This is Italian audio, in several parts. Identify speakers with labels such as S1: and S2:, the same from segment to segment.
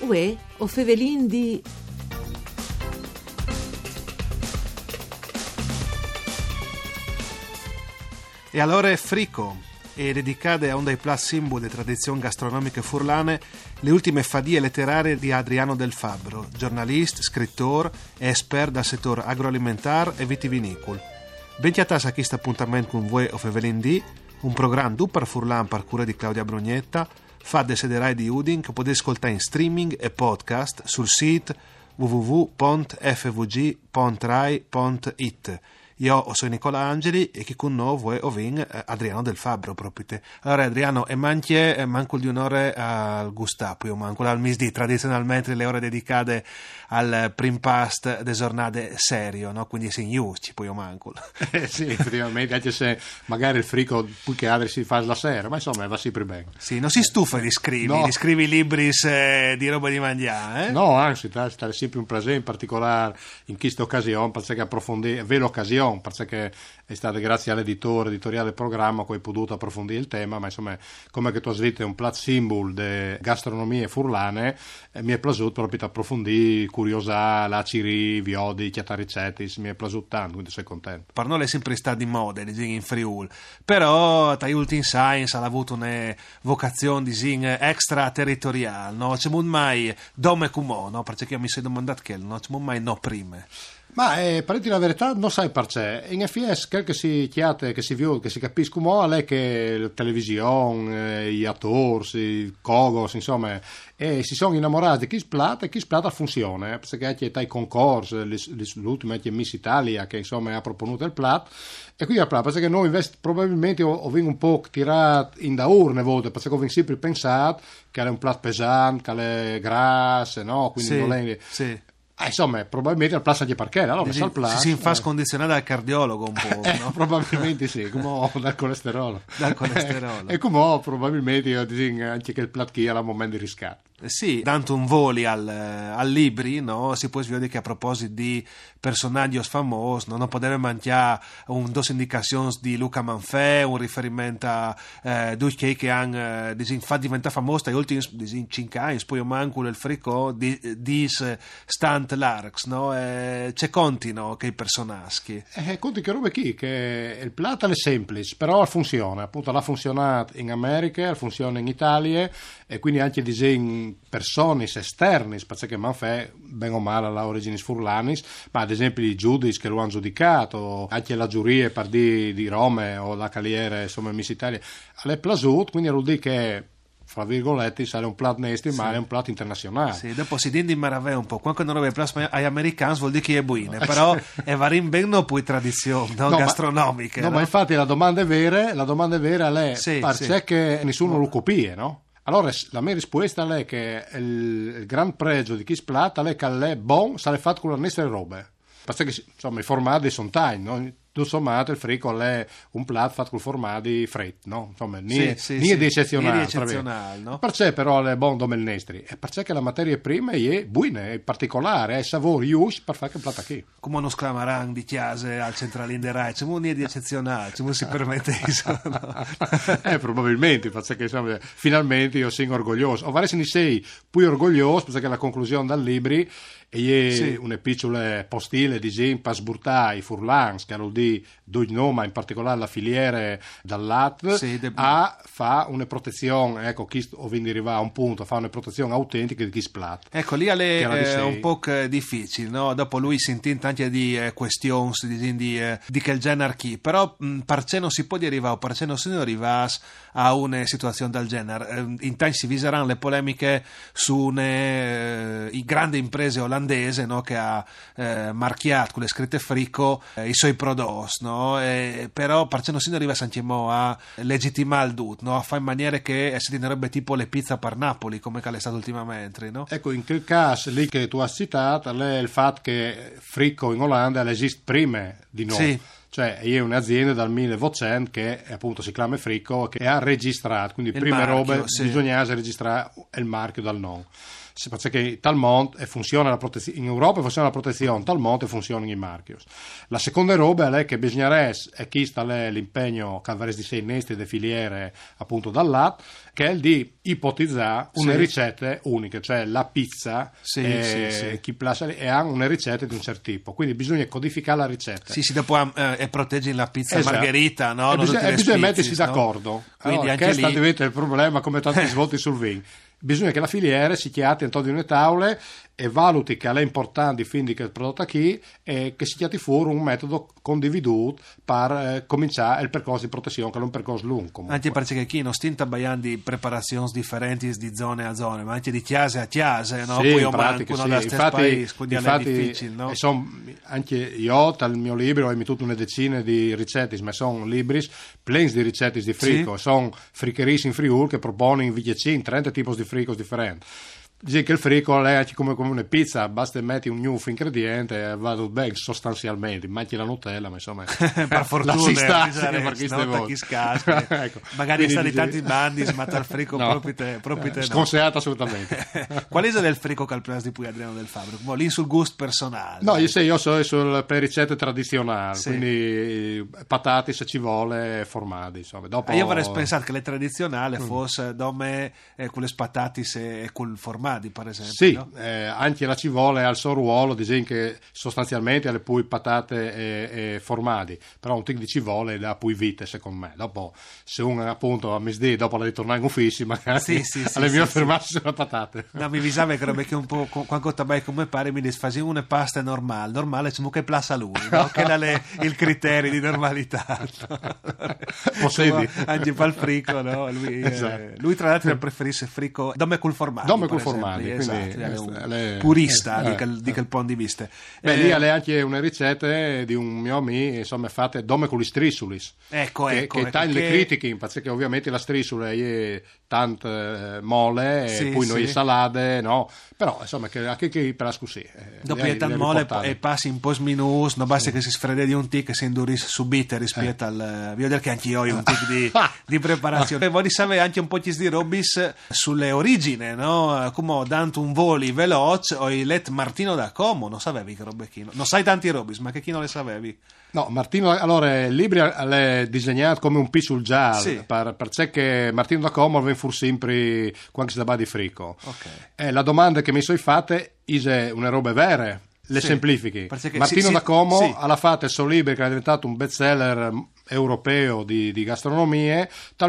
S1: Uè, o fevelin di...
S2: E allora è frico e dedicate a un dei plus simboli delle tradizioni gastronomiche furlane le ultime fadie letterarie di Adriano Del Fabbro, giornalista, scrittore e esperto del settore agroalimentare e vitivinicolo. Benchiatas a questo appuntamento con voi o fevelin di un programma du per Furlan per cura di Claudia Brugnetta, fa de sederai di Udin che potete ascoltare in streaming e podcast sul sito www.fvg.rai.it. Io sono Nicola Angeli e chi con noi vuoi ovin Adriano Del Fabbro proprio te. Allora Adriano, e manco di un'ora al Gustapo, io manco al misdì, tradizionalmente le ore dedicate al prim past de giornate serio, no? Quindi se ci poi io manco.
S3: Sì, effettivamente, anche se magari il frico più che altro si fa la sera, ma insomma va sempre bene.
S2: Sì, non si stufa di scrivi libri di roba di mangiare, eh?
S3: No, anzi, sta sempre un piacere, in particolare in questa occasione, perché approfondire, è l'occasione, perché è stato grazie all'editoriale del programma che ho potuto approfondire il tema, ma insomma, come che tu hai detto, è un plat symbol di gastronomie furlane, mi è piaciuto proprio approfondire, curiosare, laciri, viodi, chiataricetis, mi è piaciuto tanto, quindi sono contento.
S2: Per noi è sempre stato di moda, in Friuli, però tra gli ultimi science ha avuto una vocazione extraterritoriale, no? C'è mai dome come, no? Perché io mi sono domandato che non c'è mai no prime.
S3: Ma per dire la verità non sai perché in FS quel che si chiate, che si vede, che si capisce come è che la televisione, gli attori, i cogos, insomma, si sono innamorati di chi splata e chi splata funziona, perché c'è i concorsi, l'ultima è Miss Italia che insomma ha proponuto il plat e qui al plat, perché noi probabilmente ho un po' tirato in da urne volte, perché ho sempre pensato che è un plat pesante, che è grasso, no? Quindi
S2: sì,
S3: non è...
S2: Sì.
S3: Insomma, probabilmente il plus di parquet, allora
S2: si fa scondizionare dal cardiologo un po', no?
S3: Probabilmente sì, come dal colesterolo. E come probabilmente io dico anche che il plat chi al momento di riscatto.
S2: Sì, tanto un voli al libri, no? Si può vedere che a proposito di personaggi famosi, no? Non poteva mancare dos indicazioni di Luca Manfè, un riferimento a due che hanno fa diventare famosi negli ultimi 5 anni, poi manco il frico di Stant Larks, no? C'è conti, no? Che i personaggi.
S3: Conti che roba chi? Che il plat è semplice, però funziona, appunto l'ha funzionato in America, funziona in Italia e quindi anche disegni personis esternis, perché Manfè ben o male alla origine furlanis, ma ad esempio i giudici che lo hanno giudicato, anche la giuria per di Rome o la Caliere, insomma Miss Italia, è piaciuto, quindi vuol dire che fra virgolette sarà un plat nesti, ma è un plat internazionale.
S2: Sì, dopo si dindi maravè un po', quando non aveva plas agli americani vuol dire che è buone, però è varin ben no poi tradizioni gastronomiche.
S3: No, ma infatti la domanda è vera è perché nessuno lo copia, no? Allora, la mia risposta è che il gran pregio di chi splata è che è buon, sarà fatto con le nostre robe. Perché, insomma, i formati sono tanti, no? Tutto sommato il frico è un plat fatto con formati freddi, no? Insomma, niente di eccezionale.
S2: No?
S3: Perché però è buon come il nestri? È perché la materia prima è buona, è particolare, è sapore per fare che plat qui.
S2: Come uno sclamaran di chiase al centralino di Rai, c'è niente di eccezionale, c'è si permette no?
S3: Probabilmente, perché insomma, finalmente io sono orgoglioso. O vale se ne sei più orgoglioso, perché la conclusione dal libri è una piccola postile di Zimpa sburtai furlans, che vuol dire due nome, in particolare la filiera dal latte, fa una protezione, ecco, chi arriva a un punto, fa una protezione autentica di chi splat.
S2: Ecco, lì è un po' difficile, no? Dopo lui si intende anche di questioni di che genere chi, però perché non si può arrivare o perché non si arriva a una situazione del genere. Intanto si viseranno le polemiche su i grandi imprese olandesi, no? Che ha marchiato con le scritte frico i suoi prodotti, no? Però perché non si arriva a legittimare il tutto, no? A fare in maniera che si direbbe tipo le pizza per Napoli, come che è stato ultimamente, no?
S3: Ecco, in quel caso lì che tu hai citato è il fatto che frico in Olanda esiste prima di noi.
S2: Sì.
S3: Cioè è un'azienda dal 1900 che appunto si chiama Frico, che ha registrato, quindi prime robe bisogna registrare il marchio dal nome. perché tal mondo funziona in Europa funziona la protezione, tal mondo funziona in marchios. La seconda roba è che bisogna e chi sta l'impegno che avresti di sei innesti e filiere appunto dal lato, che è il di ipotizzare una ricette uniche, cioè la pizza chi e ha una ricetta di un certo tipo, quindi bisogna codificare la ricetta.
S2: Sì, dopo e proteggi la pizza margherita, no?
S3: E bisogna mettersi d'accordo.
S2: Quindi
S3: allora,
S2: anche
S3: questo
S2: lì
S3: diventa il problema, come tanti svolti sul vino. Bisogna che la filiera si chiati intorno di una tavola e valuti che è importante fin di che il prodotto chi e che si chiati fuori un metodo condividuto per cominciare il percorso di protezione, che è un percorso lungo.
S2: Anche perché chi non stinta baiando di preparazioni differenti di zone a zone, ma anche di chiase a chiase, no?
S3: Sì,
S2: poi
S3: in pratica, sì. Infatti,
S2: è difficile, no?
S3: Anche io dal mio libro ho tutta una decina di ricette, ma sono libri pieni di ricette di frico, sono fricheries in Friuli che propongono in 30 tipi di fricos differenti. Dice che il frico è anche come una pizza, basta metti un new ingrediente e va bene sostanzialmente, manchi la Nutella, ma insomma
S2: per fortuna
S3: la si sta ecco.
S2: Magari sta di tanti bandi smatta il frico proprio
S3: sconsigliato assolutamente.
S2: Qual è il frico calplas di cui Adriano Del Fabbro? Lì sul gusto personale.
S3: No, io so per ricette tradizionali, quindi patate se ci vuole formati, insomma. Dopo...
S2: Io avrei pensato che le tradizionali fosse dome con le patate e col formato, per esempio.
S3: Sì,
S2: no?
S3: Anche la civole al suo ruolo, disegno che sostanzialmente alle pui patate e formati, però un tic di civole da pui vite, secondo me. Dopo, se uno appunto a misdì, dopo la ritornare in ufficio, magari alle mie fermarsi sulle patate.
S2: No, mi visava che un po' quando tabai come pare mi disfasi una pasta normale, c'è che plassa lui, no? Che è il criterio di normalità.
S3: Possibile.
S2: Anche per il frico, no? Lui tra l'altro preferisce frico dome col formato. Quindi purista di quel punto di vista.
S3: Lì è anche una ricetta di un mio amico, insomma, fatte dome con gli strissulis.
S2: Ecco,
S3: che le critiche, perché ovviamente la strisula è tante mole e poi noi salate, no? Però insomma che anche qui per la scusi.
S2: Dopo è tan mole e passi un po' minus, non basta che si sfrede di un tic e si indurisce subito rispetto al vi dire che anche io ho un tic di preparazione. Voglio sapere anche un po' di robis sulle origini, no? Come ho dato un voli veloce ho let Martino da Como, non sapevi che robe chi non sai tanti robis, ma che chi non le sapevi?
S3: No, Martino, allora il libro è disegnato come un pisul giallo, perché che Martino da Como viene fur sempre quando si dà di frico. La domanda che mi sono fatte è una roba vera, le semplifichi. Martino da Como alla fatta il suo libro che è diventato un bestseller europeo di gastronomie dal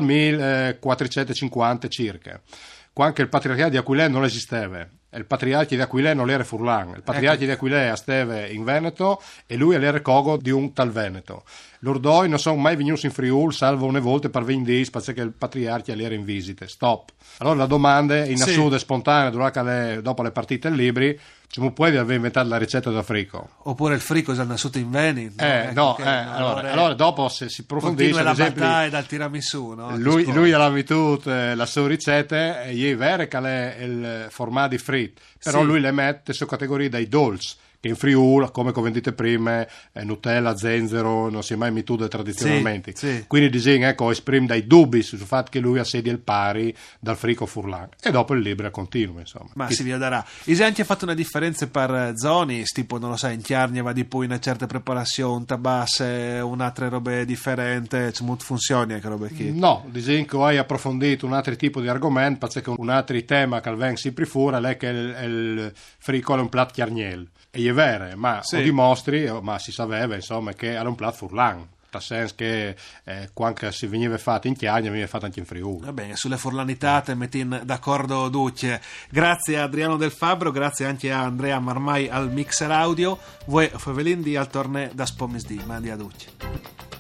S3: 1450 circa. Quando il patriarcato di Aquilè non esisteva. Il patriarca di Aquilè non era Furlan, il patriarca di Aquilè stava in Veneto e lui era cogo di un tal Veneto. Loro due non sono mai venuti in Friuli, salvo una volta per 20 giorni, perché il patriarca era in visite. Stop. Allora la domanda in assoluto e spontanea dopo le partite del libri, ci puoi aver inventato la ricetta da frico?
S2: Oppure il frico è nascuto in Veneto?
S3: Allora dopo se si approfondisce
S2: la battaglia dal tiramisù, no?
S3: Lui ha avuto la sua ricetta e è vero che è il formato di frit, però lui le mette su categorie dai dolci, che in Friuli, come vendite prima, Nutella, zenzero, non si è mai mituto tradizionalmente. Quindi disegna, esprime dai dubbi sul fatto che lui assedia il pari dal frico Furlan. E dopo il libro continua, insomma.
S2: Ma si vedrà. Hai anche fatto una differenza per zone, tipo, non lo sai, in Chiarnia va di poi una certa preparazione, tabasse, un'altra roba differente, c'è molto funzioni anche robe qui.
S3: No, disegna che hai approfondito un altro tipo di argomento, perché un altro tema che viene sempre fuori è che il frico è un piatto chiarniel. E è vero, ma lo dimostri, ma si sapeva insomma che era un piatto Furlan, nel senso che quando si veniva fatto in Chiagna veniva fatto anche in Friuli.
S2: Va bene, sulle furlanitate metti d'accordo Duce. Grazie a Adriano Del Fabbro, grazie anche a Andrea Marmai al mixer audio. Voi Fevelin di al torne da Spomisdi, mandi a Duce.